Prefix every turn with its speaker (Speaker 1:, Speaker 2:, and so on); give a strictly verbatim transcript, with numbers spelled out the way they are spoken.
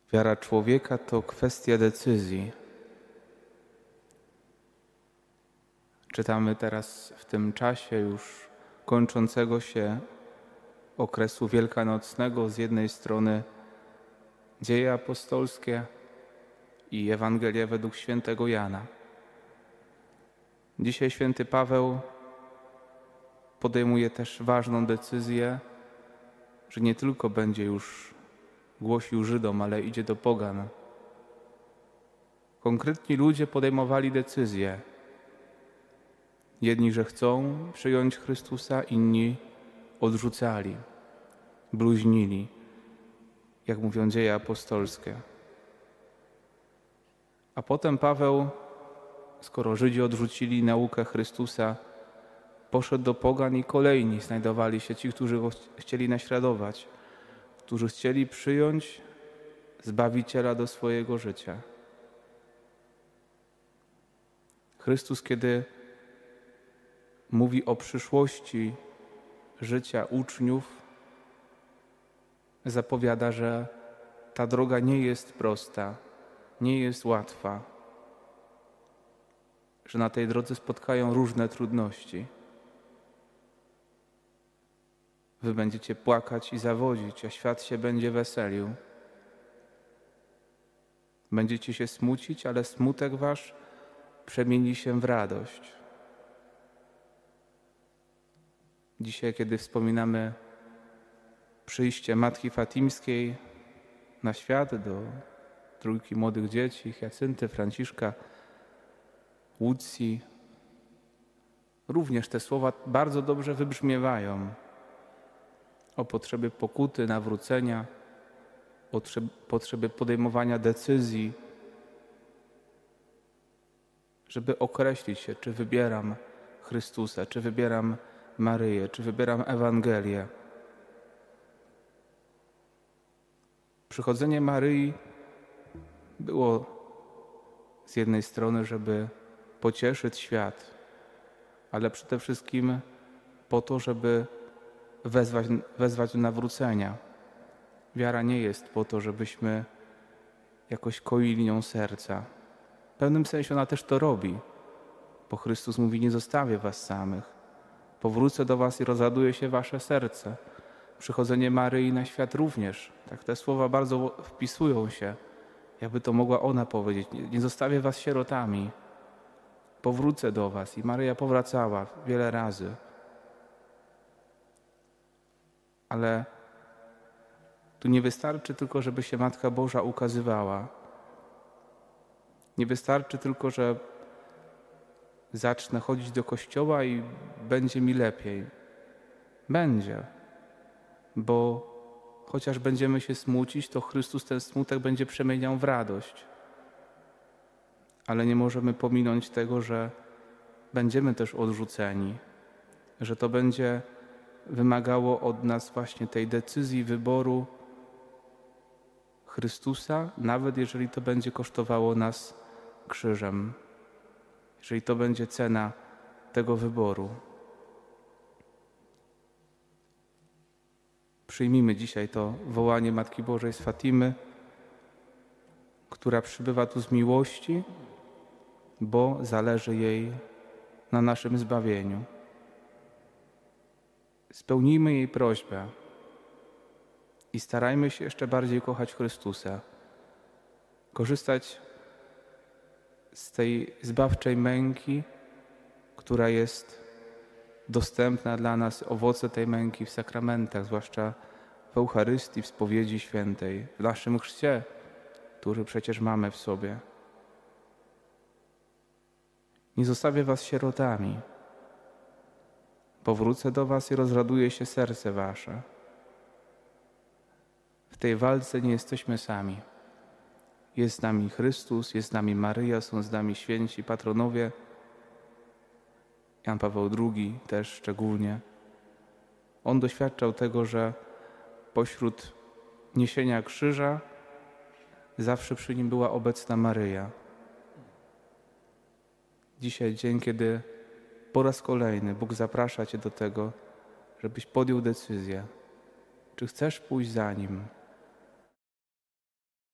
Speaker 1: Wiara człowieka to kwestia decyzji. Czytamy teraz w tym czasie już kończącego się okresu wielkanocnego z jednej strony Dzieje apostolskie i Ewangelię według świętego Jana. Dzisiaj święty Paweł podejmuje też ważną decyzję, że nie tylko będzie już głosił Żydom, ale idzie do pogan. Konkretni ludzie podejmowali decyzje. Jedni, że chcą przyjąć Chrystusa, inni odrzucali, bluźnili, jak mówią Dzieje apostolskie. A potem Paweł, skoro Żydzi odrzucili naukę Chrystusa, poszedł do pogan i kolejni znajdowali się ci, którzy go chcieli naśladować, którzy chcieli przyjąć Zbawiciela do swojego życia. Chrystus, kiedy mówi o przyszłości życia uczniów, zapowiada, że ta droga nie jest prosta, nie jest łatwa, że na tej drodze spotkają różne trudności. Wy będziecie płakać i zawodzić, a świat się będzie weselił. Będziecie się smucić, ale smutek wasz przemieni się w radość. Dzisiaj, kiedy wspominamy przyjście Matki Fatimskiej na świat do trójki młodych dzieci, Hiacynty, Franciszka, Łucji, również te słowa bardzo dobrze wybrzmiewają o potrzebie pokuty, nawrócenia, o potrzebie podejmowania decyzji, żeby określić się, czy wybieram Chrystusa, czy wybieram Maryję, czy wybieram Ewangelię. Przychodzenie Maryi było z jednej strony, żeby pocieszyć świat, ale przede wszystkim po to, żeby wezwać, wezwać do nawrócenia. Wiara nie jest po to, żebyśmy jakoś koili nią serca. W pewnym sensie ona też to robi, bo Chrystus mówi: nie zostawię was samych. Powrócę do was i rozraduje się wasze serce. Przychodzenie Maryi na świat również. Tak, te słowa bardzo wpisują się, jakby to mogła ona powiedzieć. Nie, nie zostawię was sierotami. Powrócę do was. I Maryja powracała wiele razy. Ale tu nie wystarczy tylko, żeby się Matka Boża ukazywała. Nie wystarczy tylko, że zacznę chodzić do kościoła i będzie mi lepiej. Będzie. Bo chociaż będziemy się smucić, to Chrystus ten smutek będzie przemieniał w radość. Ale nie możemy pominąć tego, że będziemy też odrzuceni, że to będzie wymagało od nas właśnie tej decyzji, wyboru Chrystusa, nawet jeżeli to będzie kosztowało nas krzyżem, jeżeli to będzie cena tego wyboru. Przyjmijmy dzisiaj to wołanie Matki Bożej z Fatimy, która przybywa tu z miłości, bo zależy jej na naszym zbawieniu. Spełnijmy jej prośbę i starajmy się jeszcze bardziej kochać Chrystusa, korzystać z tej zbawczej męki, która jest dostępna dla nas, owoce tej męki w sakramentach, zwłaszcza w Eucharystii, w spowiedzi świętej, w naszym chrzcie, który przecież mamy w sobie. Nie zostawię was sierotami. Powrócę do was i rozraduje się serce wasze. W tej walce nie jesteśmy sami. Jest z nami Chrystus, jest z nami Maryja, są z nami święci patronowie, Jan Paweł drugi też szczególnie. On doświadczał tego, że pośród niesienia krzyża zawsze przy nim była obecna Maryja. Dzisiaj dzień, kiedy po raz kolejny Bóg zaprasza cię do tego, żebyś podjął decyzję, czy chcesz pójść za Nim,